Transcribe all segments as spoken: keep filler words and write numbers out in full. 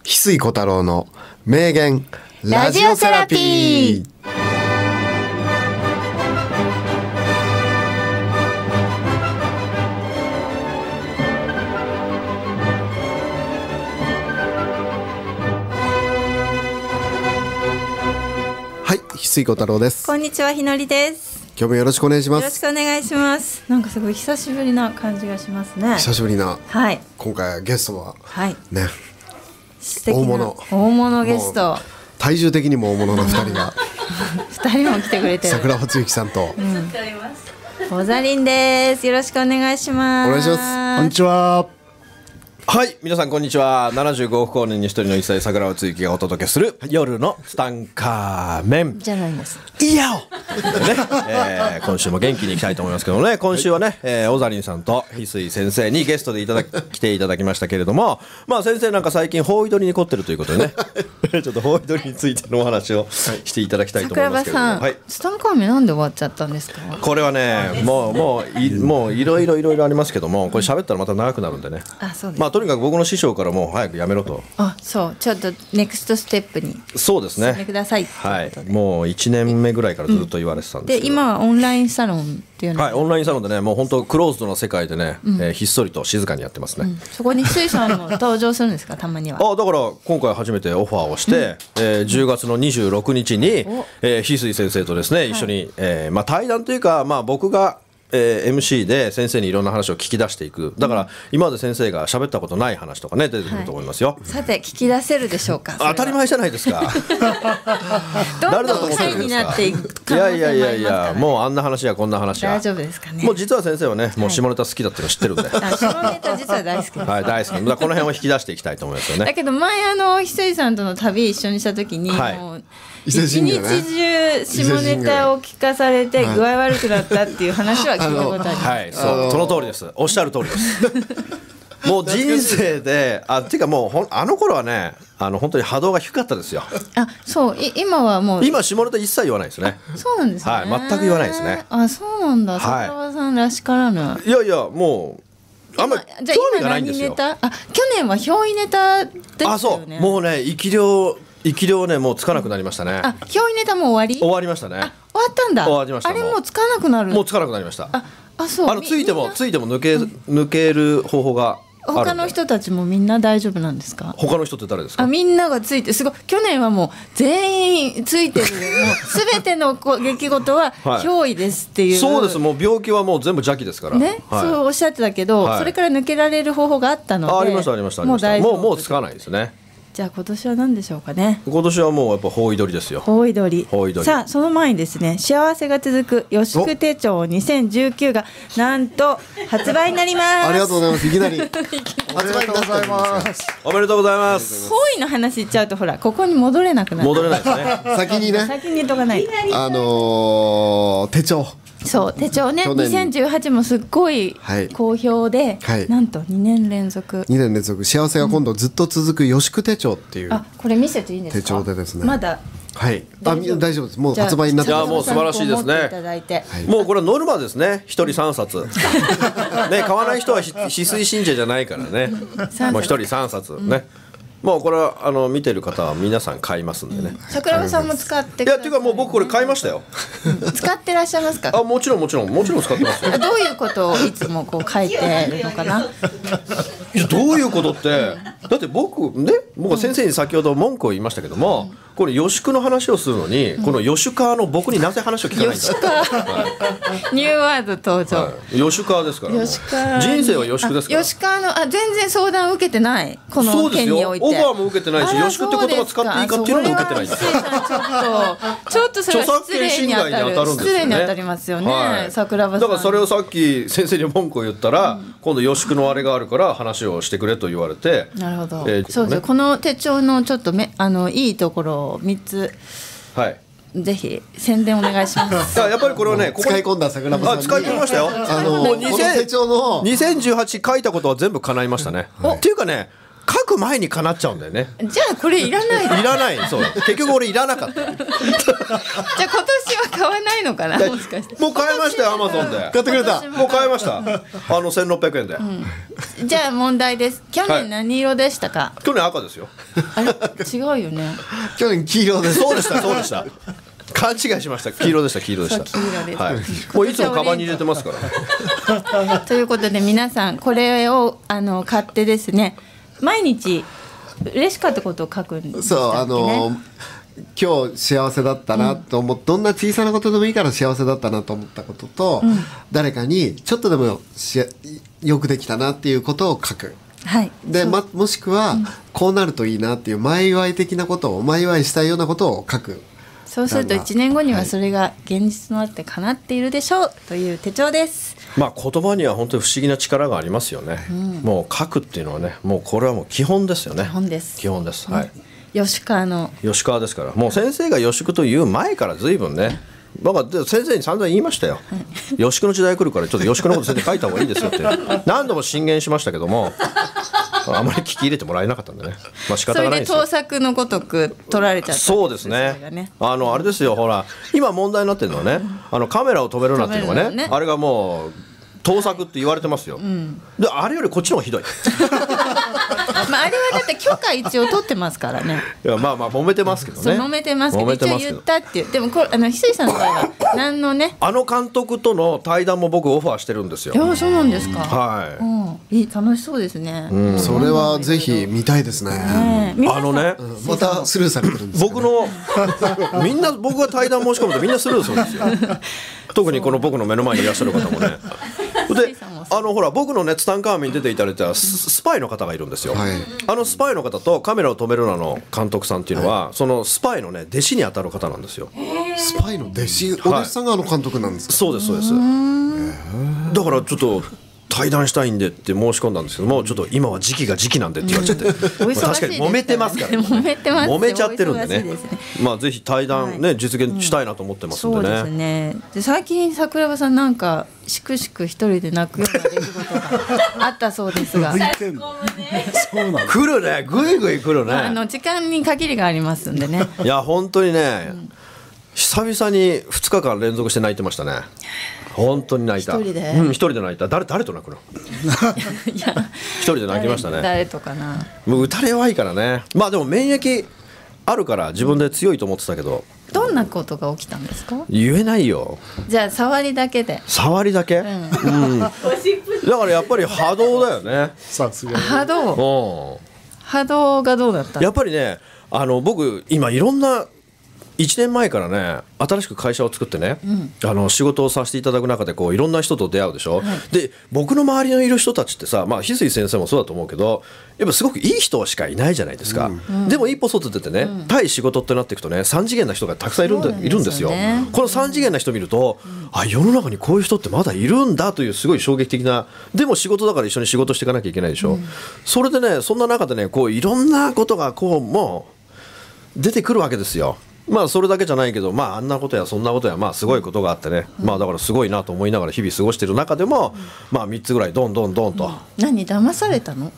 翡翠小太郎の名言ラジオセラピー。はい、翡翠小太郎です。 こんにちは、ひのりです。 今日もよろしくお願いします。 よろしくお願いします。なんかすごい久しぶりな感じがしますね。 久しぶりな、 はい、 今回ゲストは、 はい、 ね、 素敵な大物大物ゲスト、 体重的にも大物のふたりがふたりも来てくれてる。 桜庭つゆきさんと、 うん、ボザリンです。よろしくお願いします。 お願いします。 こんにちは。 はい、皆さんこんにちは。ななじゅうごおく光年に一人の一歳桜庭つゆきがお届けする夜のツタンカーメンじゃないです。 いやお、ねえー、今週も元気にいきたいと思いますけどね。今週はね、えー、オザリンさんと翡翠先生にゲストでいただき来ていただきましたけれども、まあ先生なんか最近包囲取りに凝ってるということでねちょっと包囲取りについてのお話をしていただきたいと思いますけれども、 桜庭さん、はい、ツタンカーメンなんで終わっちゃったんですか？ これはね、もうもういもういろいろいろいろありますけども、これ喋ったらまた長くなるんでね。 あ、そうです。 まあとにかく僕の師匠からもう早くやめろと。 あ、そう、ちょっとネクストステップにそうですね、 進めてください。 はい、もういちねんめぐらいからずっと言われてたんですけど、 うん、で今はオンラインサロンっていうの、 はい、オンラインサロンでね、もう本当クローズドな世界でね、うん、えー、ひっそりと静かにやってますね、うん、 そこに水さんも登場するんですか？たまには。 あ、だから今回初めてオファーをして、うん、えー、じゅうがつのにじゅうろくにちに、えー、翡翠先生とですね一緒に、はい、えーまあ、対談というか、まあ、僕がえー、エムシー で先生にいろんな話を聞き出していく。だから今まで先生が喋ったことない話とかね出てくると思いますよ、 はい、さて聞き出せるでしょうか？ 当たり前じゃないですかどんどん会になっていく可能性もありますからね。 いやいやいやいや、もうあんな話やこんな話や大丈夫ですかね。 もう実は先生はね、もう下ネタ好きだっていうの知ってるんで、はい、 あ、下ネタ実は大好きです、 はい、大好き。だからこの辺を引き出していきたいと思いますよね。 だけど前あの翡翠さんとの旅一緒にした時に、はい、もう一日中下ネタを聞かされて具合悪くなったっていう話は聞いたことあります。 はい、そう、その通りです。おっしゃる通りですもう人生で、あ、ていうかもうほんあの頃はね、あの本当に波動が低かったですよ。 あ、そう、い今はもう今下ネタ一切言わないですね。 そうなんですね。 はい、全く言わないですね。 あ、そうなんだ。桜庭さんらしからぬ。 いやいや、もうあんまり興味がないんですよ。 じゃあ今何ネタ？あ、去年は憑依ネタですよね。 あ、そう、もうね、生き量生き量ね、もうつかなくなりましたね。 あ、憑依ネタもう終わり？ 終わりましたね。 あ、終わったんだ。 終わりました。 あれもうつかなくなる。 もうつかなくなりました。 あ、あ、そう。 あのついてもついても抜け、うん、抜ける方法がある。 他の人たちもみんな大丈夫なんですか？ 他の人って誰ですか？ あ、みんながついて、すごい。去年はもう全員ついてる。もうすべての出来事は憑依ですっていう、はい、 そうです。もう病気はもう全部邪気ですからね、はい、そうおっしゃってたけど、はい、それから抜けられる方法があったので。 あ、ありましたありましたありました。もうもうつかないですね。 じゃあ今年は何でしょうかね。 今年はもうやっぱ包囲取りですよ。 包囲取り。 包囲取り。 さあその前にですね、幸せが続くよしく手帳にせんじゅうきゅうがなんと発売になります。 ありがとうございます。いきなり発売になってます。 おめでとうございます。 包囲の話言っちゃうとほらここに戻れなくなる。 戻れないですね先にね、 先に言っとかない。 あのー、手帳、 そう手帳ね、にせんじゅうはちもすっごい好評で、はい、なんとにねん連続にねん連続幸せが今度ずっと続くよしく手帳っていう、 あ、これ見せていいんですか？ 手帳でですね、 まだ、 はい、あ、大丈夫です。もう発売になってます。 いや、もう素晴らしいですね。はい、もうこれはノルマですね。一人三冊ね、買わない人は翡翠信者じゃないからねもう一人三冊ね、うん、もうこれはあの見てる方は皆さん買いますんでね。 桜庭さんも使ってください。 いや、っていうかもう僕これ買いましたよ使ってらっしゃいますか？ あ、もちろんもちろんもちろん使ってますよ。 どういうことをいつもこう書いてるのかな。 いや、どういうことって、だって僕ね、僕は先生に先ほど文句を言いましたけども、うん、これヨシクの話をするのに、うん、このヨシュカーの僕になぜ話を聞かないんだ。ヨシュカーニューワード登場、はい、ヨシュカーですから。ヨシカー人生はヨシクですから。 ヨシカーの、あ、全然相談を受けてない。この件においてそうですよ。オファーも受けてないし、ヨシクって言葉使っていいかっていうのも受けてないんです。 ちょっとちょっとそれは失礼に当たる、失礼に当たりますよね、はい、桜庭さん。 だからそれをさっき先生に文句を言ったら、うん、今度ヨシクのあれがあるから話をしてくれと言われて。 なるほど、えー、そうです。この手帳のちょっとめあのいいところをみっつ、 はい、 ぜひ宣伝お願いしますやっぱりこれはね、ここ使い込んだ桜庭さんに。 あ、使い込みましたよ。 あのもうこの手帳のにせんじゅうはち書いたことは全部叶いましたね、はい、っていうかね、書く前に叶っちゃうんだよね。 じゃあこれいらないいらない。そう、結局俺いらなかったじゃあ今年は買わないのかな、もしかして。 もう買いましたよ、アマゾンで。 買ってくれた。 もう買いました。あのせんろっぴゃくえんで、 うん、じゃあ問題です。去年何色でしたか？ はい、去年赤ですよ。 あれ違うよね。 去年黄色です。 そうでしたそうでした。勘違いしました。黄色でした黄色でした。 黄色です、 はい、もういつもカバンに入れてますから。 ということで皆さんこれをあの買ってですね、毎日嬉しかったことを書くんです、ね、 そうあの今日幸せだったなと思って、うん、どんな小さなことでもいいから幸せだったなと思ったことと、うん、誰かにちょっとでもしよくできたなっていうことを書く。 はい、 で、ま、もしくは、うん、こうなるといいなっていう前祝い的なことを前祝いしたいようなことを書く。 そうするといちねんごにはそれが現実となって叶っているでしょうという手帳です。 まあ言葉には本当に不思議な力がありますよね、うん、もう書くっていうのはね、もうこれはもう基本ですよね。 基本です。 基本です、はい、 吉川の吉川ですから、もう先生が吉久という前から随分ね、だから先生に散々言いましたよ、はい、吉久の時代来るからちょっと吉久のこと先生書いた方がいいですよって何度も進言しましたけどもあまり聞き入れてもらえなかったんでね、まあ仕方がないですよ。 それで盗作のごとく取られちゃった。 そうですね、ね、あのあれですよ、ほら今問題になってるのはね、あのカメラを止めるなっていうのが ね, ねあれがもう盗作って言われてますよ、はい、うん、であれよりこっちの方がひどいまあ、あれはだって許可一応取ってますからね。 いやまあまあ揉めてますけどね。 そう揉めてますけど一応言ったっていう。でもこれあの翡翠さんの場合は何のねあの監督との対談も僕オファーしてるんですよ。 いやそうなんですか。 はい、 うん、いい楽しそうですね、 うん、それはぜひ見たいですね、 ね、 あのね、 うん、またスルーされてるんですか、ね、 僕のみんな僕が対談申し込むとみんなスルーするんですよ特にこの僕の目の前にいらっしゃる方もねであのほら僕のねツタンカーメンに出ていただいた ス, スパイの方がいるんですよ、はい、あのスパイの方とカメラを止めるなの監督さんっていうのは、はい、そのスパイのね弟子に当たる方なんですよ。 スパイの弟子、お弟子さんがあの監督なんですか。 そうですそうです。だからちょっと対談したいんでって申し込んだんですけども、ちょっと今は時期が時期なんでって言われちゃってまあ確かに揉めてますから、ね、 揉めてます、 揉めちゃってるんでね、 ね、 まあぜひ対談ね、はい、実現したいなと思ってますんでね、うん、 そうですね。で最近桜庭さんなんかしくしく一人で泣くような出来事があったそうですがそうなん来るね、ぐいぐい来るね。 あの時間に限りがありますんでねいや本当にね、うん、久々にふつかかん連続して泣いてましたね。本当に泣いた。 一人で、 うん、一人で泣いた。誰誰と泣くのいや一人で泣きましたね。 誰、誰とかな。 もう打たれ弱いからね。まあでも免疫あるから自分で強いと思ってたけど、 どんなことが起きたんですか。 言えないよ。 じゃあ触りだけで。 触りだけ、うんうん、だからやっぱり波動だよね。 さすが波動、うん、波動がどうだった。 やっぱりね、あの僕今いろんないちねんまえからね新しく会社を作ってね、うん、あの仕事をさせていただく中でこういろんな人と出会うでしょ、はい、で僕の周りのいる人たちってさ、まあ翡翠先生もそうだと思うけどやっぱすごくいい人しかいないじゃないですか、うん、でも一歩外出てね、うん、対仕事ってなっていくとねさん次元な人がたくさんいるん で, いるんですよ。このさん次元な人見ると、うん、あ世の中にこういう人ってまだいるんだというすごい衝撃的な。でも仕事だから一緒に仕事していかなきゃいけないでしょ、うん、それでねそんな中でねこういろんなことがこうもう出てくるわけですよ。まあそれだけじゃないけど、まああんなことやそんなことやまあすごいことがあってね、うん、まあだからすごいなと思いながら日々過ごしている中でも、うん、まあみっつぐらいドンドンドンと、うん、 何騙されたの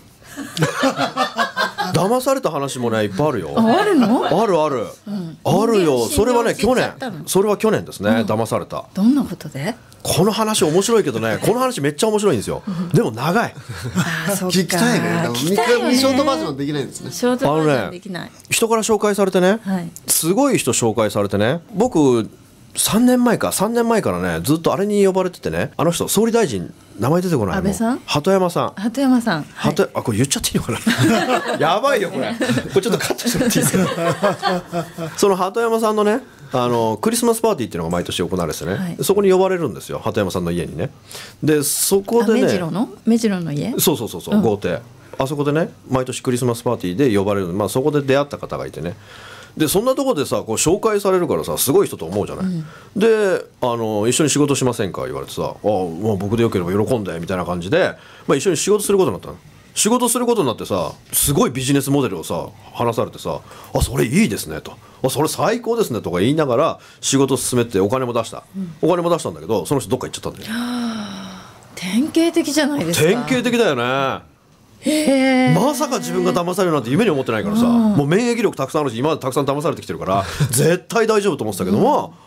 騙された話もねいっぱいあるよ。 あるの。 あるある、うん、あるよ。それはね去年それは去年ですね、うん、騙された。 どんなことで。 この話面白いけどねこの話めっちゃ面白いんですよ。でも長い。 あそっか聞きたいね。聞きたいね。ショートバージョンできないんですね。 ショートバージョンできない、ね、 人から紹介されてね、はい、すごい人紹介されてね、僕さんねんまえかさんねんまえからねずっとあれに呼ばれててね、あの人総理大臣名前出てこないの。 安倍さん、 鳩山さん。 鳩山さん、はい、 鳩あこれ言っちゃっていいのかなやばいよこれこれちょっとカットしてもらっていいですかその鳩山さんのねあのクリスマスパーティーっていうのが毎年行われててね、はい、そこに呼ばれるんですよ鳩山さんの家にね。でそこでね目白の目白の家、 そうそうそうそう、うん、豪邸あそこでね毎年クリスマスパーティーで呼ばれる、まあ、そこで出会った方がいてね、でそんなところでさこう紹介されるからさすごい人と思うじゃない、うん、であの一緒に仕事しませんか言われてさ、あもう僕でよければ喜んでみたいな感じで、まあ、一緒に仕事することになったの。仕事することになってさすごいビジネスモデルをさ話されてさ、あそれいいですねと、あそれ最高ですねとか言いながら仕事進めてお金も出した、うん、お金も出したんだけどその人どっか行っちゃったんだよ。 典型的じゃないですか。 典型的だよね。 へまさか自分が騙されるなんて夢に思ってないからさ、うん、もう免疫力たくさんあるし今までたくさん騙されてきてるから絶対大丈夫と思ってたけども、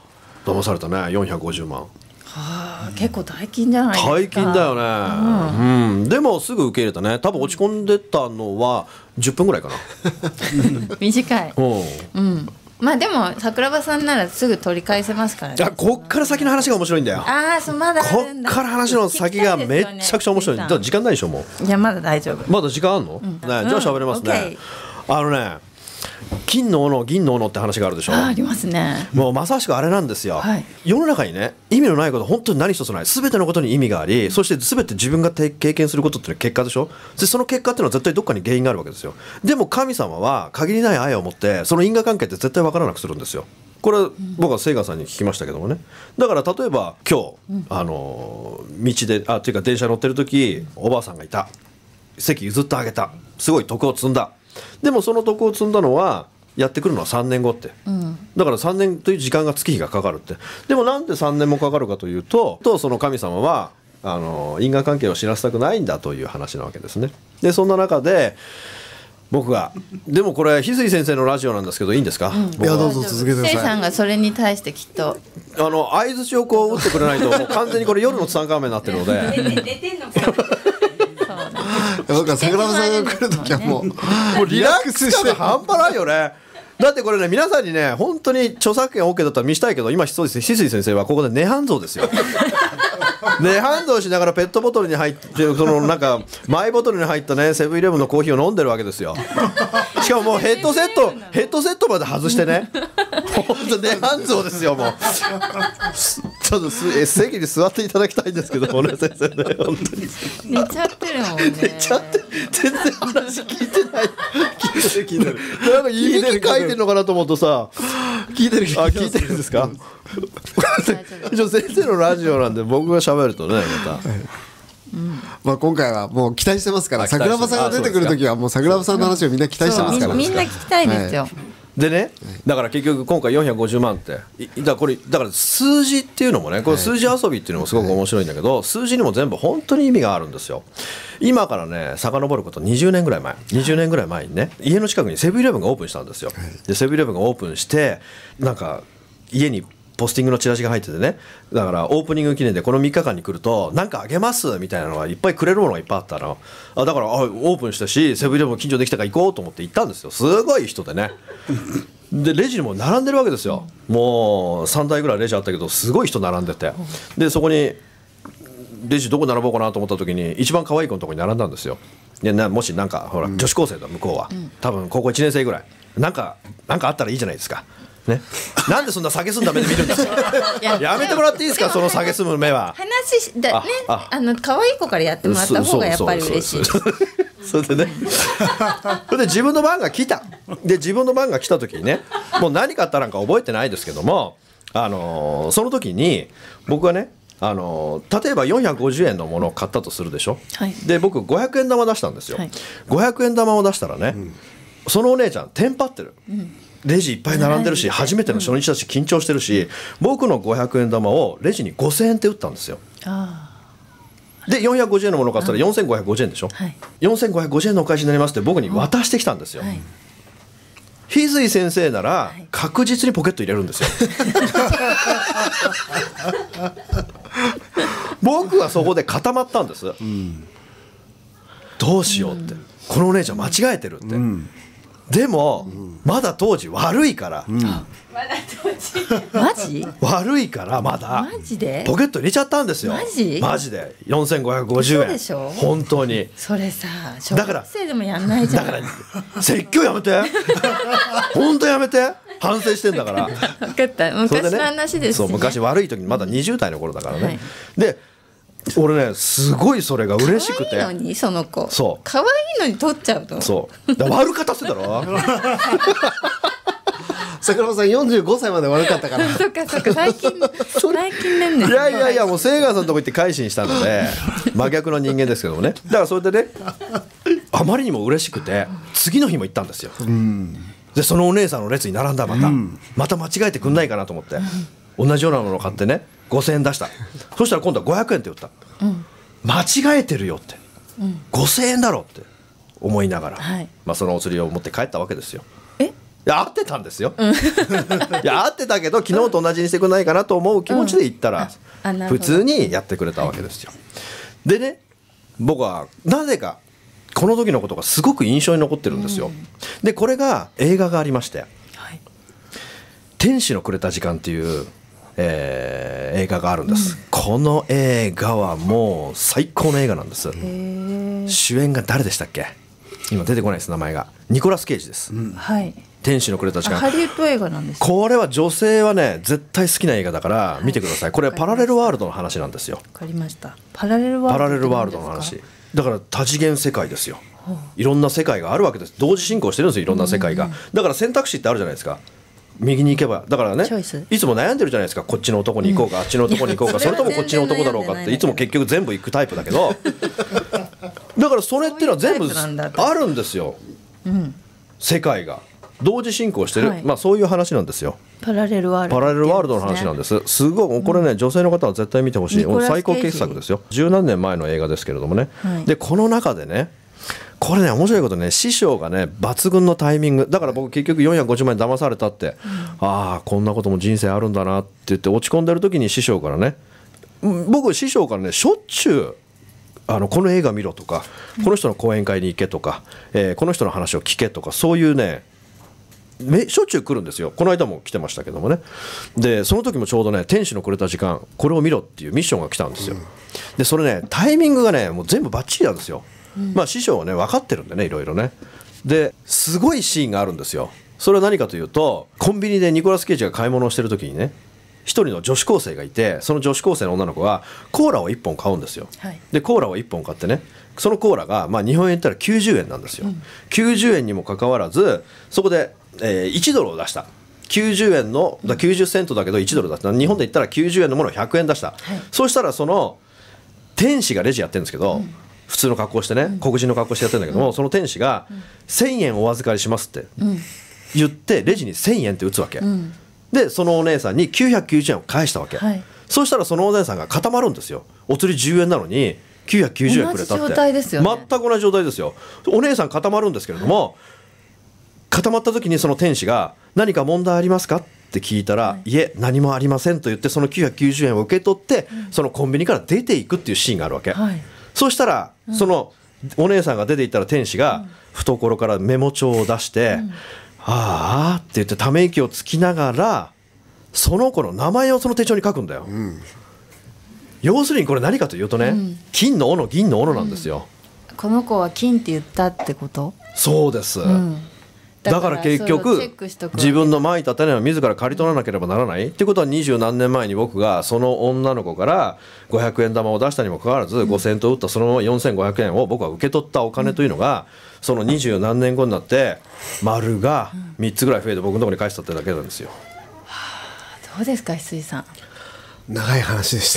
騙されたね。よんひゃくごじゅうまん。 はあ、結構大金じゃないですか。 大金だよね、うんうん、でもすぐ受け入れたね。多分落ち込んでたのはじゅっぷんぐらいかな短い、 うん、 うん、まあでも桜庭さんならすぐ取り返せますからね。 あ、こっから先の話が面白いんだよ。 ああ、そう、まだあるんだ。 こっから話の先がめっちゃくちゃ面白い。だから時間ないでしょもう。いや、まだ大丈夫。 まだ時間あんの、うん、ね、じゃあ喋れますね、うん、あのね、金の斧銀の斧って話があるでしょ。 あ, ありますね。 もうまさしくあれなんですよ、はい、世の中にね、意味のないこと本当に何一つない。全てのことに意味があり、そして全て自分が経験することっていうのは結果でしょ。でその結果っていうのは絶対どっかに原因があるわけですよ。でも神様は限りない愛を持ってその因果関係って絶対分からなくするんですよ。これ僕はセイガンさんに聞きましたけどもね。だから例えば今日、うん、あの道であっていうか電車乗ってる時、おばあさんがいた、席譲ってあげた、すごい徳を積んだ。でもその徳を積んだのはやってくるのはさんねんごって、うん、だからさんねんという時間が月日がかかるって。でもなんでさんねんもかかるかというと、とその神様はあの因果関係を知らせたくないんだという話なわけですね。でそんな中で僕が、でもこれ翡翠先生のラジオなんですけどいいんですか、うん、 いやどうぞ続けてください。 せいさんがそれに対してきっとあの相槌をこう打ってくれないともう完全にこれ夜のツタンカーメンになってるので出てんのか僕は桜庭さんが来るときはもう、もうリラックスして半端ないよね。だってこれね、皆さんにね本当に著作権 OK だったら見したいけど、今翡翠先生はここで涅槃像ですよ涅槃像しながらペットボトルに入ってそのなんかマイボトルに入ったねセブンイレブンのコーヒーを飲んでるわけですよ。しかももうヘッドセットヘッドセットまで外してね本当涅槃像ですよ。もうちょっとす席に座っていただきたいんですけどね、先生ね、本当に寝ちゃってるもんね。 寝ちゃって全然話聞いてない聞いてる聞いてるなんかいびきかいてるのかなと思うとさ、聞いてるあ聞いてるんですか一応先生のラジオなんで僕が喋るとねまた、はい、 うん、まあ、今回はもう期待してますから、桜庭さんが出てくるときはもう桜庭さんの話をみんな期待してますから、 みんな聞きたいですよ、はい。 でね、だから結局今回よんひゃくごじゅうまんってだからこれだから数字っていうのもね、これ数字遊びっていうのもすごく面白いんだけど、数字にも全部本当に意味があるんですよ。今からね遡ることにじゅうねんぐらい前にじゅうねんぐらい前にね、家の近くにセブンイレブンがオープンしたんですよ。でセブンイレブンがオープンしてなんか家にポスティングのチラシが入っててね、だからオープニング記念でこのみっかかんに来るとなんかあげますみたいなのがいっぱいくれるものがいっぱいあったの。あだからあオープンしたしセブンイレブン近所できたから行こうと思って行ったんですよ。すごい人でねでレジにも並んでるわけですよ。もうさんだいぐらいレジあったけどすごい人並んでて、でそこにレジどこ並ぼうかなと思った時に一番可愛い子のとこに並んだんですよ。でなもしなんかほら女子高生だ向こうは多分高校いちねん生ぐらいなんかなんかあったらいいじゃないですかね、なんでそんな蔑んだ目で見るんですかや, やめてもらっていいですか、その蔑む目は。 話だね、ああの可愛い子からやってもらった方がやっぱり嬉しい。 それでねそれで自分の番が来た。で自分の番が来た時にね、もう何かあったなんか覚えてないですけども、あのー、その時に僕はね、あのー、例えばよんひゃくごじゅうえんのものを買ったとするでしょ、はい、で僕ごひゃくえん玉出したんですよ、はい、ごひゃくえん玉を出したらね、うん、そのお姉ちゃんテンパってる、うん、レジいっぱい並んでるし初めての初日だし緊張してるし、僕のごひゃくえん玉をレジにごせんえんって打ったんですよ。あでよんひゃくごじゅうえんのものを買ったらよんせんごひゃくごじゅうえんでしょ、はい、よんせんごひゃくごじゅうえんのお返しになりますって僕に渡してきたんですよ、はい、翡翠先生なら確実にポケット入れるんですよ僕はそこで固まったんです、うん、どうしようって、うん、このお姉ちゃん間違えてるって、うん、でも、うん、まだ当時悪いから、うん、 まだ当時マジ悪いからまだマジでポケット入れちゃったんですよ。 マジマジでよんせんごひゃくごじゅうえん。 そうでしょ本当にそれさ小学生でもやんないじゃん。 だから説教やめて本当やめて反省してんだから分かった昔の話です、ね、 そう昔悪い時にまだにじゅうだいの頃だからね、はい、で俺ねすごいそれが嬉しくて。 可愛いのにその子そう可愛いのに取っちゃうとそうだ悪かったせだろ桜庭さんよんじゅうごさいまで悪かったからそっかそっか最近最近年々 いやいやいやもうセイガーさんのとこ行って改心したので真逆の人間ですけどもね。だからそれでねあまりにも嬉しくて次の日も行ったんですよ、うん、でそのお姉さんの列に並んだまた、うん、また間違えてくんないかなと思って、うん、同じようなものを買ってねごせんえん出した。そしたら今度はごひゃくえんって言った、うん、間違えてるよって、うん、ごせんえんだろって思いながら、はい、まあ、そのお釣りを持って帰ったわけですよ。 えいや合ってたんですよ、うん、いや合ってたけど昨日と同じにしてくれないかなと思う気持ちで言ったら、うん、普通にやってくれたわけですよ、はい、でね僕はなぜかこの時のことがすごく印象に残ってるんですよ、うん、でこれが映画がありまして、はい、天使のくれた時間っていう、えー、映画があるんです、うん、この映画はもう最高の映画なんです。主演が誰でしたっけ？今出てこないです名前が。ニコラス・ケイジです、うん、はい天使のくれた時間。 ハリウッド映画なんですか？ これは女性はね絶対好きな映画だから見てください、はい、これはパラレルワールドの話なんですよ。 わかりました。パラレルワールド、 パラレルワールドの話だから多次元世界ですよ。いろんな世界があるわけです。同時進行してるんですよいろんな世界が、うんうん、だから選択肢ってあるじゃないですか。右に行けばだからねいつも悩んでるじゃないですか。こっちの男に行こうか、うん、あっちの男に行こうかそれともこっちの男だろうかっていつも結局全部行くタイプだけどだからそれっていうのは全部あるんですよ、うん、世界が同時進行してる、はいまあ、そういう話なんですよ。 パラレルワールド、 パラレルワールドの話なんです。すごいこれね、うん、女性の方は絶対見てほしい最高傑作ですよ。十何年前の映画ですけれどもね、はい、でこの中でねこれね面白いことね師匠がね抜群のタイミングだから僕結局よんひゃくごじゅうまん円騙されたって、うん、ああこんなことも人生あるんだなって言って落ち込んでる時に師匠からね僕師匠からねしょっちゅうあのこの映画見ろとかこの人の講演会に行けとか、えー、この人の話を聞けとかそういうねしょっちゅう来るんですよ。この間も来てましたけどもね。でその時もちょうどね天使のくれた時間これを見ろっていうミッションが来たんですよ。でそれねタイミングがねもう全部バッチリなんですよ、うん、まあ師匠はね分かってるんでねいろいろね。ですごいシーンがあるんですよ。それは何かというとコンビニでニコラス・ケイジが買い物をしてる時にね一人の女子高生がいてその女子高生の女の子がコーラをいっぽん買うんですよ、はい、でコーラをいっぽん買ってねそのコーラがまあ日本円言ったらきゅうじゅうえんなんですよ、うん、きゅうじゅうえんにもかかわらずそこで、えー、いちドルを出した。きゅうじゅうえんのだきゅうじゅっセントだけどいちドル出した。日本で言ったらきゅうじゅうえんのものをひゃくえん出した、はい、そうしたらその天使がレジやってるんですけど、うん、普通の格好してね、うん、黒人の格好してやってるんだけども、うん、その天使がせんえんお預かりしますって言ってレジにせんえんって打つわけ、うんでそのお姉さんにきゅうひゃくきゅうじゅうえんを返したわけ、はい、そうしたらそのお姉さんが固まるんですよ。お釣りじゅうえんなのにきゅうひゃくきゅうじゅうえんくれたって同じ状態ですよね。 全く同じ状態ですよ。お姉さん固まるんですけれども、はい、固まった時にその天使が何か問題ありますかって聞いたら、はい、いえ何もありませんと言ってそのきゅうひゃくきゅうじゅうえんを受け取って、うん、そのコンビニから出ていくっていうシーンがあるわけ、はい、そうしたら、うん、そのお姉さんが出ていったら天使が懐からメモ帳を出して、うんあーって言ってため息をつきながらその子の名前をその手帳に書くんだよ、うん、要するにこれ何かというとね、うん、金の斧銀の斧なんですよ、 うん、この子は金って言ったってこと？ そうです、うん、だから結局自分のまいた種は自ら刈り取らなければならないってことは二十何年前に僕がその女の子からごひゃくえん玉を出したにもかかわらずごセント打ったそのままよんせんごひゃくえんを僕は受け取ったお金というのがその二十何年後になって丸がみっつぐらい増えて僕のところに返したってだけなんですよ、 はあ、どうですか翡翠さん。 長い話でした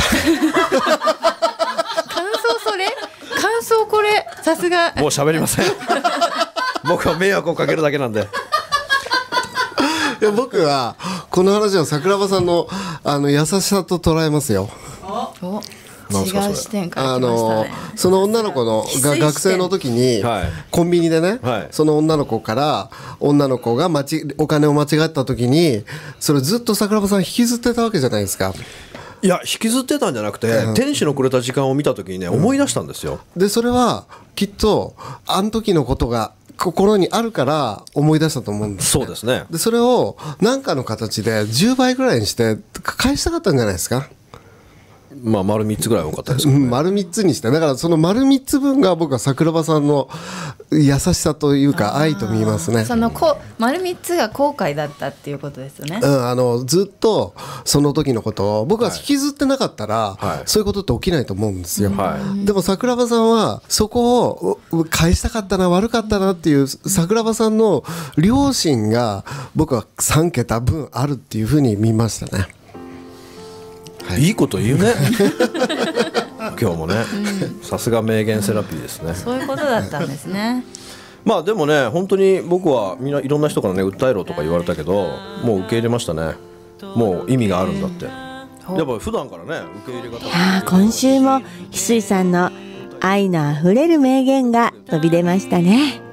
感想それ感想これさすがもう喋りません僕は迷惑をかけるだけなんでいや僕はこの話は桜庭さん の, あの優しさと捉えますよ。 お違う視点から来ましたね。 あのその女の子のが学生の時に、はい、コンビニでね、はい、その女の子から女の子が間ちお金を間違った時にそれずっと桜庭さん引きずってたわけじゃないですか。 いや引きずってたんじゃなくて、うん、天使のくれた時間を見た時にね、うん、思い出したんですよ。 でそれはきっとあの時のことが心にあるから思い出したと思うんです、ね、 そうですね。 でそれを何かの形でじゅうばいぐらいにして返したかったんじゃないですか。 まあ丸みっつぐらい多かったですけどね丸みっつにしてだからその丸みっつぶんが僕は桜庭さんの優しさというか愛と見ますね。 そのこ丸みっつが後悔だったっていうことですよね、 うん、あのずっとその時のことを僕は引きずってなかったら、はい、そういうことって起きないと思うんですよ、はい、でも桜庭さんはそこを返したかったな悪かったなっていう桜庭さんの良心が僕はさんけた分あるっていうふうに見ましたね。 はい、いいこと言うね今日もね、さすが名言セラピーですね。 そういうことだったんですねまあでもね本当に僕はみんないろんな人からね訴えろとか言われたけどもう受け入れましたね。もう意味があるんだってやっぱ普段からね受け入れ方。 いや今週も翡翠さんの愛のあふれる名言が飛び出ましたね。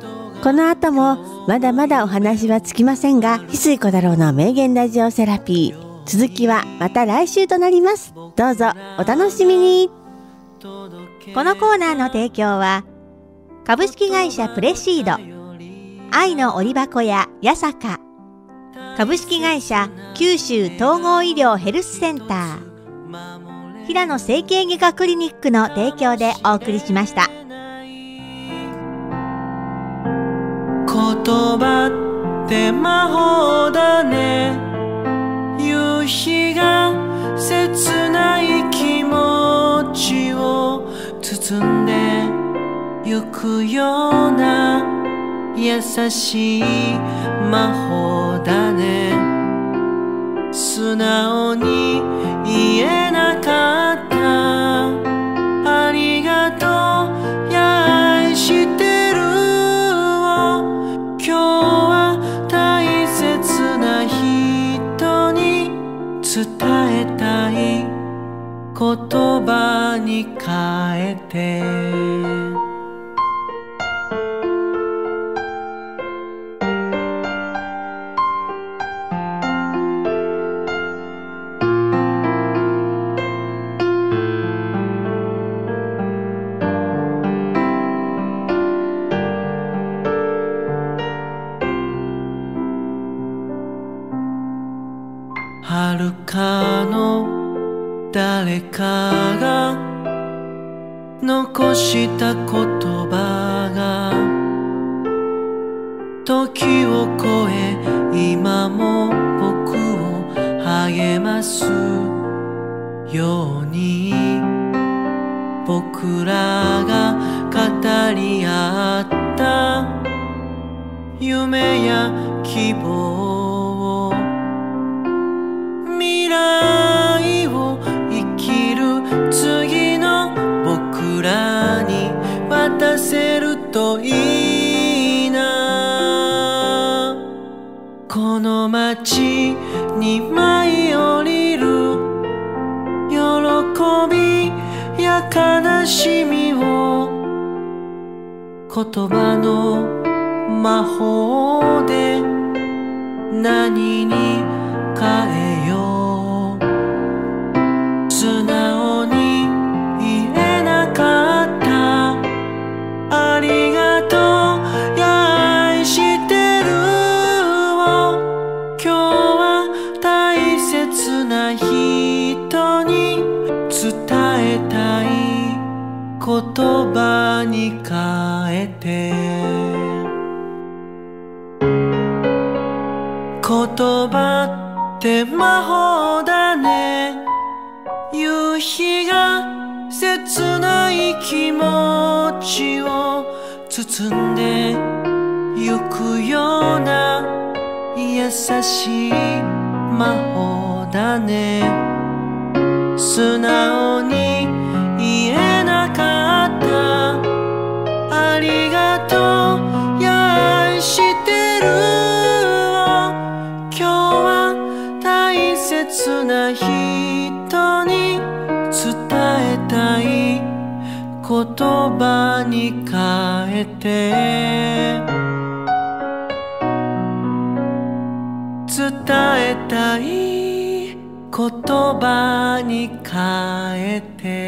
この後もまだまだお話はつきませんが、翡翠小太郎の名言ラジオセラピー、続きはまた来週となります。どうぞお楽しみに。このコーナーの提供は株式会社プレシード、愛の折箱屋八坂、株式会社九州統合医療ヘルスセンター、平野整形外科クリニックの提供でお送りしました。 言葉って魔法だね。夕日が切ない気持ちを包んでゆくような優しい魔法だね。素直に言えなかったありがとうや愛してるを、今日は大切な人に伝えたい言葉に変えて。遥かの誰かが残した言葉が時を超え今も僕を励ますように、僕らが語り合った夢や希望、未来を生きる次の僕らに渡せるといいな。この街に舞い降りる喜びや悲しみを言葉の魔法で何に変えよう。素直に言えなかったありがとうや愛してるを、今日は大切な人に伝えたい言葉に変えて。言葉って魔法だね。夕日が切ない気持ちを包んでゆくような優しい魔法だね。素直に言えなかったありがとうや愛してるを、今日は大切な人に伝えたい言葉に変えて。伝えたい言葉に変えて。